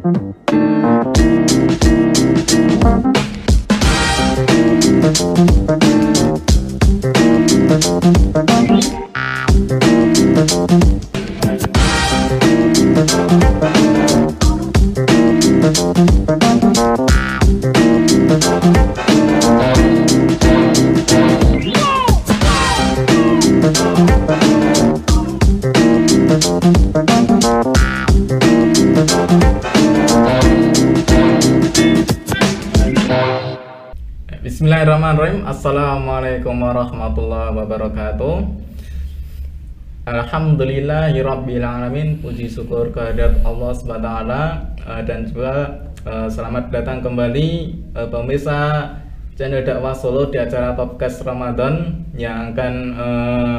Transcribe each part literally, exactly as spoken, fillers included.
Bismillahirrahmanirrahim. Assalamualaikum warahmatullahi wabarakatuh. Alhamdulillahirabbil alamin. Puji syukur kehadirat Allah Subhanahu wa taala, dan juga uh, selamat datang kembali uh, pemirsa channel dakwah Solo di acara podcast Ramadan yang akan uh,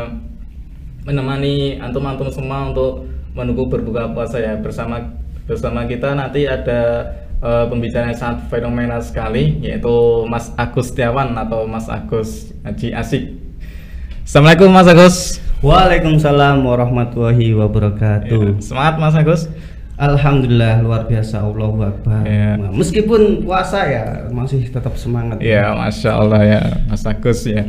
menemani antum-antum semua untuk menunggu berbuka puasa ya. Bersama bersama kita nanti ada Uh, pembicara yang sangat fenomenal sekali, yaitu Mas Agus Setiawan atau Mas Agus Haji Asik. Assalamualaikum Mas Agus. Waalaikumsalam warahmatullahi wabarakatuh. Ya, semangat Mas Agus. Alhamdulillah, luar biasa, Allahu Akbar. Ya. Nah, meskipun puasa ya masih tetap semangat. Ya, Masya Allah ya Mas Agus ya.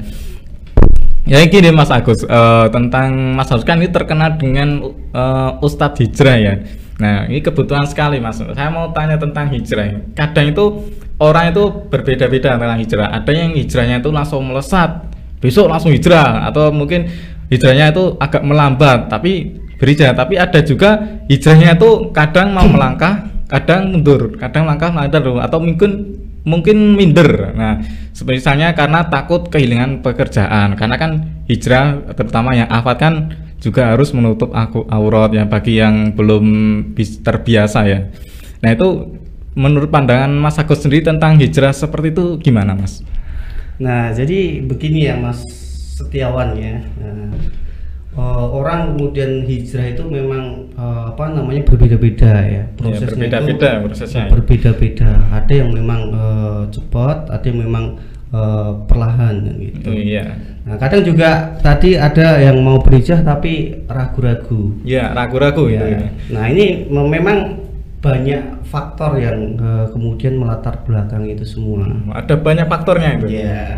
Ya gini Mas Agus, uh, tentang Mas Agus kan ini terkenal dengan uh, Ustadz Hijrah ya. Nah ini kebutuhan sekali Mas. Saya mau tanya tentang hijrah. Kadang itu orang itu berbeda-beda tentang hijrah. Ada yang hijrahnya itu langsung melesat, besok langsung hijrah, atau mungkin hijrahnya itu agak melambat tapi berhijrah. Tapi ada juga hijrahnya itu kadang mau melangkah, kadang mundur, kadang langkah mundur, atau mungkin mungkin minder. Nah misalnya karena takut kehilangan pekerjaan, karena kan hijrah terutama yang afat kan juga harus menutup aku aurat ya, bagi yang belum terbiasa ya. Nah itu menurut pandangan Mas Agus sendiri tentang hijrah seperti itu gimana Mas? Nah jadi begini ya Mas Setiawan ya. Nah, uh, orang kemudian hijrah itu memang uh, apa namanya berbeda-beda ya. Prosesnya ya, berbeda-beda prosesnya. Berbeda-beda. Ada yang memang uh, cepat, ada yang memang uh, perlahan gitu. Oh, iya. Nah, kadang juga tadi ada yang mau berhijrah tapi ragu-ragu. Ya, ragu-ragu ya. Gitu. Nah, ini memang banyak faktor yang uh, kemudian melatar belakang itu semua. Ada banyak faktornya itu. Ya.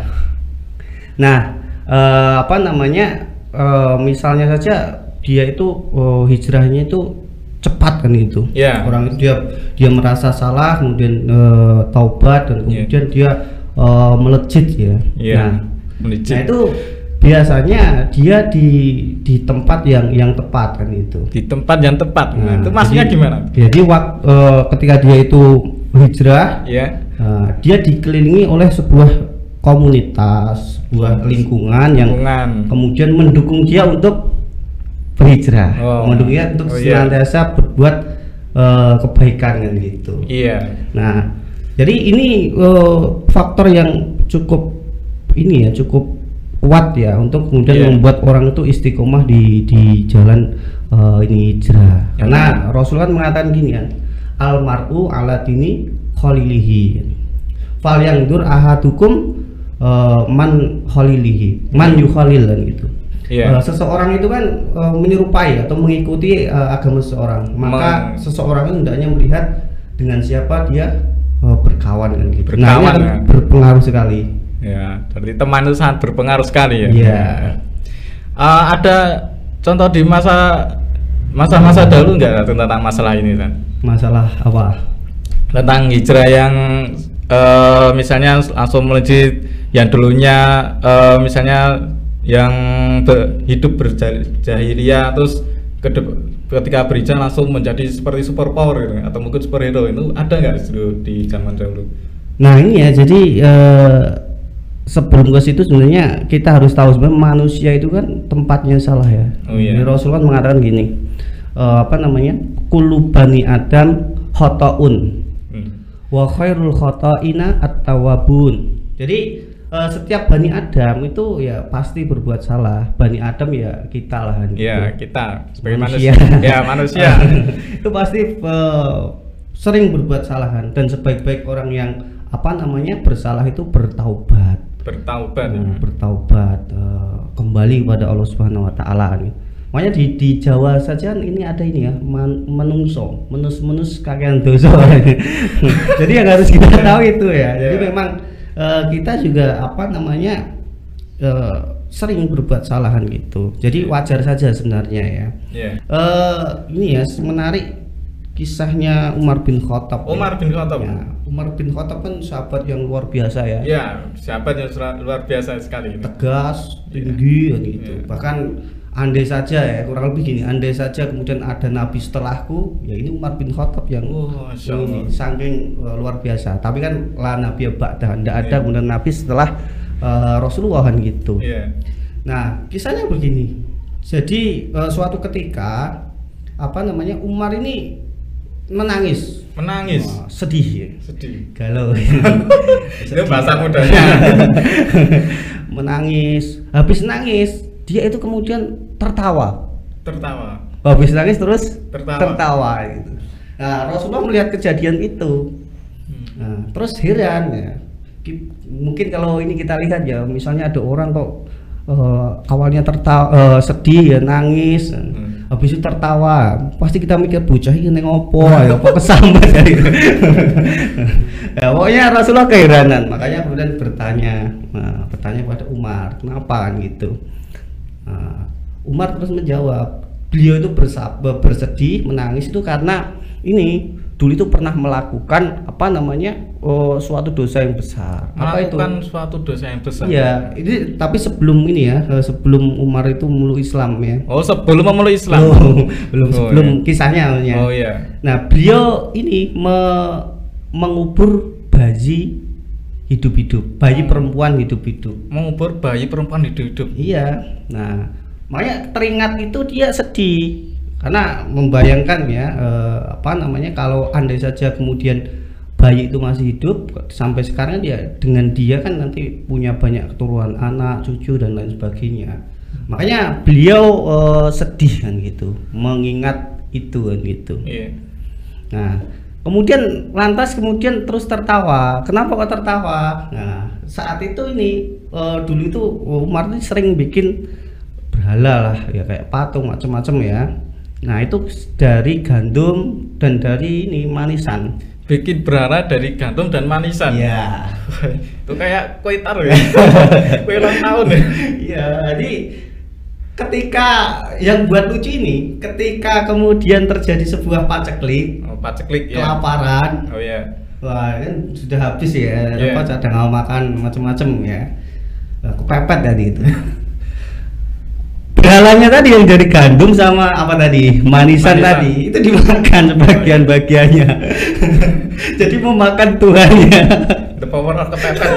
Nah, uh, apa namanya? Uh, misalnya saja dia itu uh, hijrahnya itu cepat kan gitu. Ya. Orang itu dia dia merasa salah, kemudian uh, taubat dan kemudian ya. dia uh, melejit ya. Ya. Nah, Melicit. Nah itu biasanya dia di di tempat yang yang tepat kan itu. Di tempat yang tepat. Nah, nah, itu maksudnya jadi, gimana? Jadi waktu uh, ketika dia itu hijrah, ya. uh, dia dikelilingi oleh sebuah komunitas, sebuah lingkungan yang lingkungan. kemudian mendukung dia untuk berhijrah, oh. mendukung dia untuk oh, senantiasa yeah. berbuat uh, kebaikan kan gitu. Iya. Nah, jadi ini uh, faktor yang cukup ini ya cukup kuat ya untuk kemudian yeah. membuat orang itu istiqomah di di jalan uh, ini hijrah. Yeah. Karena Rasul kan mengatakan gini kan, almar'u ala dini khalilihi. Fal yandur ahadukum uh, man khalilihi, man yukhalil kan gitu. Yeah. Uh, seseorang itu kan uh, menyerupai atau mengikuti uh, agama seseorang. Maka Man. seseorang itu hendaknya melihat dengan siapa dia uh, berkawan kan gitu. Berkawan, nah, ini ya. berpengaruh sekali. Ya, berarti teman itu sangat berpengaruh sekali ya. Iya. Uh, ada contoh di masa masa-masa dahulu nggak tentang masalah ini kan? Masalah apa? Tentang hijrah yang uh, misalnya langsung melejit, yang dulunya uh, misalnya yang ber, hidup berjahiliyah terus ketika berhijrah langsung menjadi seperti super power gitu, atau mungkin superhero, itu ada nggak di zaman dahulu? Nah ini ya, jadi uh, sebelum ke situ sebenarnya kita harus tahu sebenarnya manusia itu kan tempatnya salah ya. Oh, iya. Jadi Rasul kan mengatakan gini, uh, apa namanya, kullu bani adam khotoun hmm. wa khairul khotoina at-tawwabun. Jadi uh, setiap bani Adam itu ya pasti berbuat salah. Bani Adam ya kita lah gitu. Ya kita sebagai manusia, manusia. Ya manusia itu pasti uh, sering berbuat salah kan. Dan sebaik-baik orang yang apa namanya bersalah itu bertaubat. Bertaubat, nah, ya. bertaubat uh, kembali kepada Allah Subhanahu Wa Taala. Makanya di di Jawa saja ini ada ini ya, man, menungso, menus-menus kakean dosa. Jadi yang harus kita tahu itu ya. Jadi yeah. memang uh, kita juga apa namanya uh, sering berbuat kesalahan gitu. Jadi wajar saja sebenarnya ya. Yeah. Uh, ini ya menarik kisahnya Umar bin Khattab. Umar bin Khattab. Ya, Umar bin Khattab kan sahabat yang luar biasa ya. Ya, sahabat yang luar biasa sekali. Tegas, tinggi yeah. gitu. Yeah. Bahkan andai saja ya, kurang lebih gini, andai saja kemudian ada nabi setelahku, ya ini Umar bin Khattab yang oh, ini saking uh, luar biasa. Tapi kan la nabi ba'dah, tidak ada yeah. kemudian nabi setelah uh, Rasulullah kan gitu. Yeah. Nah, kisahnya begini. Jadi uh, suatu ketika apa namanya Umar ini menangis. Menangis. Oh, sedih ya. Sedih. Galau. Itu bahasa mudanya. Menangis. Habis nangis, dia itu kemudian tertawa. Tertawa. Habis nangis terus tertawa, tertawa gitu. Nah, Rasulullah melihat kejadian itu. Nah, terus heran ya. Mungkin kalau ini kita lihat ya, misalnya ada orang kok uh, awalnya tertawa, uh, sedih ya, nangis. Hmm. Habis itu tertawa, pasti kita mikir bocah ini neng opo ya, apa kesambat ya. Ya pokoknya Rasulullah keheranan, makanya kemudian bertanya, nah, bertanya pada Umar, kenapa kan gitu. Nah, Umar terus menjawab, beliau itu bersabar, bersedih, menangis itu karena ini dulu itu pernah melakukan apa namanya oh, suatu dosa yang besar. Melakukan apa itu? Suatu dosa yang besar. Iya, ini tapi sebelum ini ya, sebelum Umar itu memeluk Islam ya. Oh, sebelum memeluk Islam. Oh, belum oh, sebelum iya. kisahnya ya. Oh iya. Nah, beliau ini me mengubur bayi hidup-hidup, bayi hmm. perempuan hidup-hidup. Mengubur bayi perempuan hidup-hidup. Iya. Nah, makanya teringat itu dia sedih. Karena membayangkan ya eh, apa namanya kalau andai saja kemudian bayi itu masih hidup sampai sekarang dia dengan dia kan nanti punya banyak keturunan anak cucu dan lain sebagainya. Makanya beliau eh, sedih kan gitu mengingat itu kan gitu. Yeah. Nah kemudian lantas kemudian terus tertawa. Kenapa kok tertawa? Nah saat itu ini eh, dulu itu Umar ini sering bikin berhala lah ya kayak patung macam-macam ya. Nah itu dari gandum dan dari ini manisan. Bikin berhala dari gandum dan manisan. Iya. Itu kayak kue tar ya. Kue ulang tahun ya. Iya. Jadi ketika yang buat lucu ini, ketika kemudian terjadi sebuah paceklik, oh, paceklik ya. Kelaparan. Oh ya. Wah kan sudah habis ya. Yeah. Apa cadangan makan macam-macam ya. Nah, kepepet tadi itu. Berhalanya tadi yang dari gandum sama apa tadi manisan, manisan. Tadi itu dimakan sebagian-bagiannya. Jadi memakan Tuhannya. The power of kepepet.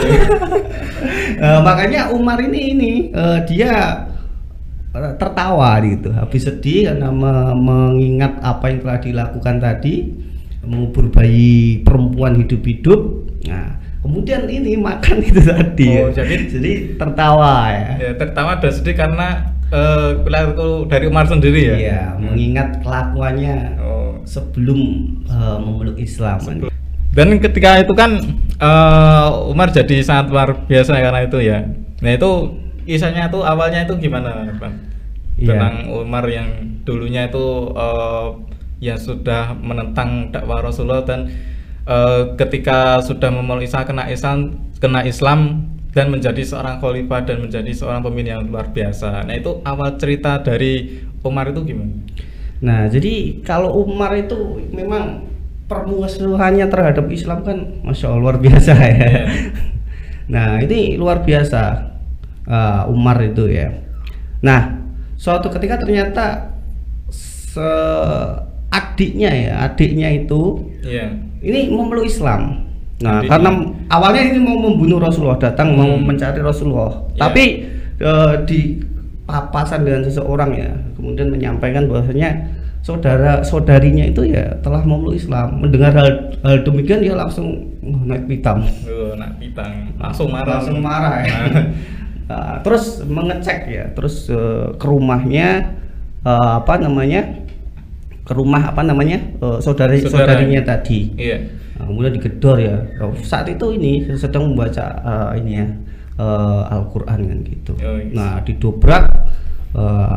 uh, makanya Umar ini ini uh, dia uh, tertawa gitu. Habis sedih karena me mengingat apa yang telah dilakukan tadi, mengubur bayi perempuan hidup-hidup. Nah kemudian ini makan itu tadi. Oh, ya. jadi jadi tertawa ya. Ya tertawa dan sedih karena Uh, perilaku dari Umar sendiri ya. Iya, hmm. mengingat kelakuannya oh. sebelum uh, memeluk Islam. Sebelum. Dan ketika itu kan uh, Umar jadi sangat luar biasa karena itu ya. Nah itu kisahnya tuh awalnya itu gimana, Bang? Iya. Tentang Umar yang dulunya itu uh, yang sudah menentang dakwah Rasulullah dan uh, ketika sudah memeluk Islam kena Islam kena Islam dan menjadi seorang khalifah dan menjadi seorang pemimpin yang luar biasa. Nah itu awal cerita dari Umar itu gimana? Nah jadi kalau Umar itu memang permusuhannya terhadap Islam kan Masya Allah luar biasa ya. Yeah. Nah ini luar biasa uh, Umar itu ya. Nah suatu ketika ternyata se adiknya ya adiknya itu yeah. ini memeluk Islam. Nah, jadi, karena awalnya ini mau membunuh Rasulullah, datang hmm. mau mencari Rasulullah, yeah. tapi uh, di papasan dengan seseorang ya, kemudian menyampaikan bahwasanya saudara saudarinya itu ya telah memeluk Islam. Mendengar hal, hal demikian dia langsung uh, naik pitam, uh, naik pitam, langsung marah, langsung marah ya. uh, terus mengecek ya, terus uh, ke rumahnya uh, apa namanya, ke rumah apa namanya uh, saudari Saudara. saudarinya tadi. Yeah. Nah, kemudian digedor ya. Saat itu ini sedang membaca uh, ini ya uh, Al-Qur'an kan gitu. Oh, yes. Nah, didobrak uh,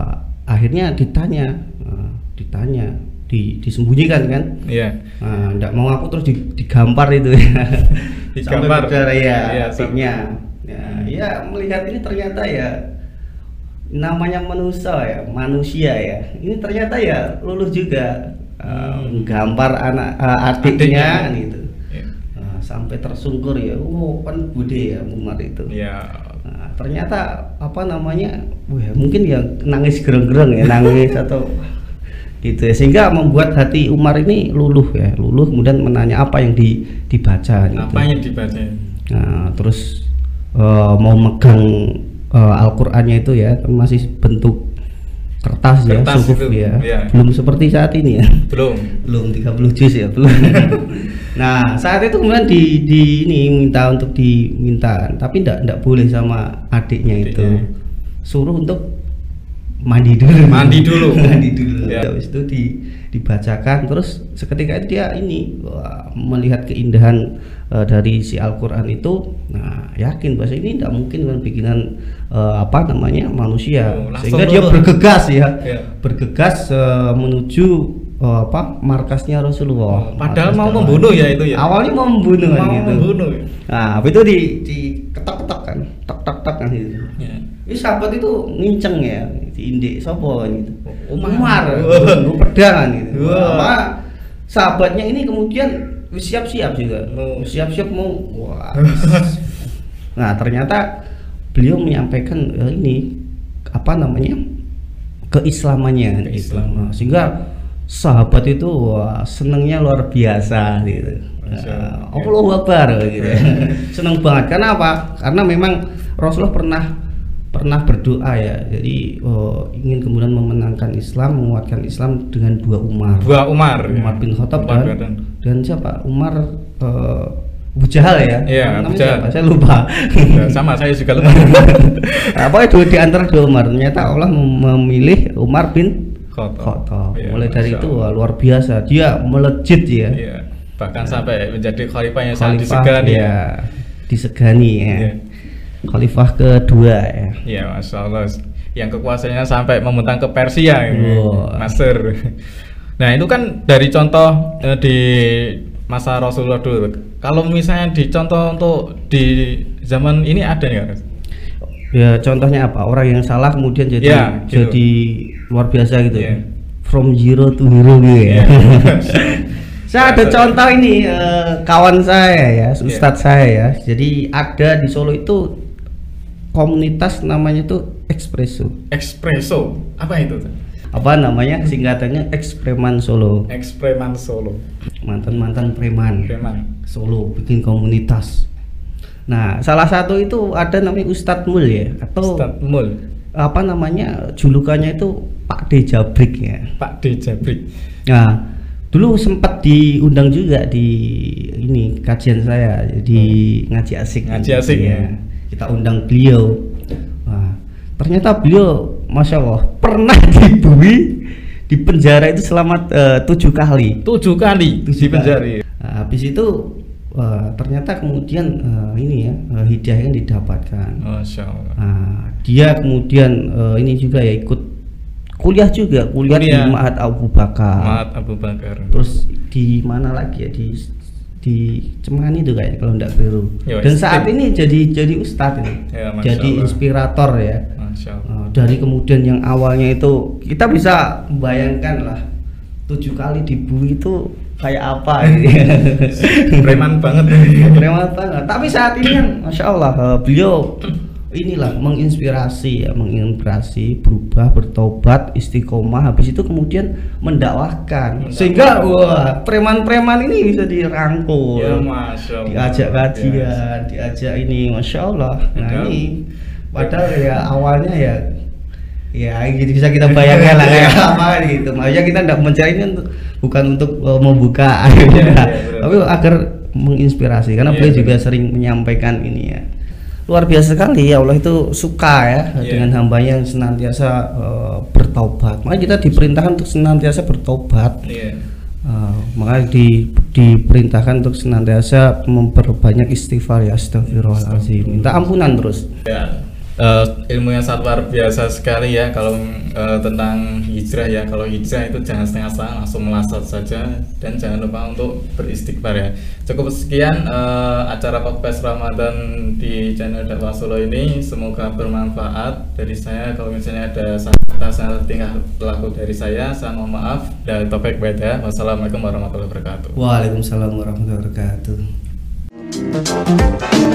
akhirnya ditanya, uh, ditanya, di, disembunyikan kan? Iya. Nah, nggak mau aku terus digampar itu ya. Digampar. Sampai berdarah ya, Iya, adiknya. Ya, ya melihat ini ternyata ya namanya manusia ya, manusia ya. Ini ternyata ya luluh juga, uh, menggampar anak uh, adiknya, adiknya gitu. Yeah. Uh, sampai tersungkur ya, oh kan bude ya Umar itu. Yeah. Nah, ternyata apa namanya, wah mungkin ya nangis gereng-gereng ya, nangis atau gitu ya, sehingga membuat hati Umar ini luluh ya, luluh kemudian menanya apa yang di, dibaca. Gitu. Apa yang dibaca? Nah, terus uh, mau megang uh, Al-Qur'annya itu ya, masih bentuk kertas, kertas ya, suhuf ya. Ya, belum seperti saat ini ya. Belum. Belum tiga puluh juz ya, belum. Nah, saat itu kemudian di, di ini minta untuk diminta, tapi enggak enggak boleh sama adiknya, adiknya. Itu. Suruh untuk mandi dulu. Mandi dulu. Mandi dulu. Ya. Habis itu di, dibacakan, terus seketika itu dia ini wah, melihat keindahan uh, dari si Al-Qur'an itu. Nah, yakin bahwa ini tidak mungkin dengan bikinan uh, apa namanya manusia. Oh, sehingga dia bergegas ya. Ya. Bergegas uh, menuju uh, apa markasnya Rasulullah. Oh, padahal mau membunuh ya itu ya. Awalnya mau membunuh mau kan gitu. membunuh. Nah, itu di di ketok-ketok kan. Tok-tok-tok kan gitu. Ya. Ini sahabat itu nginceng ya, diindik sopo gitu. Umar, Umar gue pedang gitu. Apa sahabatnya ini kemudian siap-siap juga, siap-siap mau. Wah. Nah ternyata beliau menyampaikan uh, ini apa namanya keislamannya, Islam. Sehingga sahabat itu wah, senengnya luar biasa gitu. Uh, Allahu Akbar gitu. Seneng banget. Karena apa? Karena memang Rasulullah pernah pernah berdoa ya, jadi oh, ingin kemudian memenangkan Islam, menguatkan Islam dengan dua Umar. Dua Umar. Umar bin Khattab Umar dan, dan dan siapa? Umar uh, Abu Jahal ya. Iya, Abu Jahal. Saya lupa. Ya, sama saya juga lupa. Apa itu di antara dua Umar? Ternyata Allah memilih Umar bin Khattab. Ya, Mulai dari itu wah, luar biasa. Dia melejit ya. Iya. Bahkan ya. sampai menjadi khalifah yang sangat Khalifah, disegani. Ya, disegani ya. Ya. Khalifah kedua ya. Ya, masya Allah. Yang kekuasaannya sampai membentang ke Persia, oh. Master. Nah itu kan dari contoh eh, di masa Rasulullah dulu. Kalau misalnya dicontoh untuk di zaman ini ada nggak? Ya contohnya apa? Orang yang salah kemudian jadi ya, gitu. Jadi luar biasa gitu. Ya. From zero to hero gitu ya. Saya ada contoh ini eh, kawan saya ya, ustadz ya. saya ya. Jadi ada di Solo itu komunitas namanya tuh Espresso. Espresso, apa itu? Apa namanya singkatannya Ekspreman Solo. Ekspreman Solo. Mantan-mantan preman. Preman. Solo bikin komunitas. Nah, salah satu itu ada namanya Ustadz Mul ya, atau Ustadz Mul. Apa namanya julukannya itu Pak D Jabrik ya. Pak D Jabrik. Nah, dulu sempat diundang juga di ini kajian saya di hmm. ngaji asik. Ngaji asik ya. ya. Kita undang beliau. Nah, ternyata beliau masya Allah pernah dibui di penjara itu selama uh, tujuh kali. Tujuh kali tujuh di penjara. Nah, habis itu uh, ternyata kemudian uh, ini ya uh, hidayah yang didapatkan. Masya Allah. Nah, dia kemudian uh, ini juga ya ikut kuliah juga kuliah, kuliah. di Ma'had Abu Bakar. Ma'had Abu Bakar. Terus di mana lagi ya di di Cemani itu kayak kalau enggak keliru. Dan saat ini jadi jadi ustadz ini. Ya, jadi Allah. Inspirator ya. Uh, dari kemudian yang awalnya itu kita bisa membayangkan lah tujuh kali dibui itu kayak apa gitu. Preman banget. Preman banget. Tapi saat ini kan masya Allah uh, beliau inilah menginspirasi ya, menginspirasi berubah, bertobat, istiqomah, habis itu kemudian mendakwahkan, sehingga wah preman-preman ini bisa dirangkul, ya, Masya Allah. diajak kajian, ya. diajak ini, masya Allah. Nah ya. Ini padahal ya awalnya ya ya gitu bisa kita bayangkan lah kayak apa gitu. Makanya kita tidak mencari ini untuk, bukan untuk uh, membuka ya, ya, tapi agar menginspirasi, karena ya, beliau juga sering menyampaikan ini ya. Luar biasa sekali ya, Allah itu suka ya yeah. dengan hambanya yang senantiasa uh, bertaubat. Makanya kita diperintahkan untuk senantiasa bertobat. Yeah. Uh, makanya di, diperintahkan untuk senantiasa memperbanyak istighfar ya, astagfirullahaladzim. Minta ampunan terus. Yeah. uh, ilmu yang sangat luar biasa sekali ya kalau uh, tentang hijrah ya. Kalau hijrah itu jangan setengah-setengah, langsung melasat saja, dan jangan lupa untuk beristighfar ya. Cukup sekian uh, acara podcast Ramadan di channel Dakwah Solo ini, semoga bermanfaat. Dari saya, kalau misalnya ada salah tingkah laku dari saya, saya mohon maaf. Dan topik beda. Wassalamualaikum warahmatullahi wabarakatuh. Waalaikumsalam warahmatullahi wabarakatuh.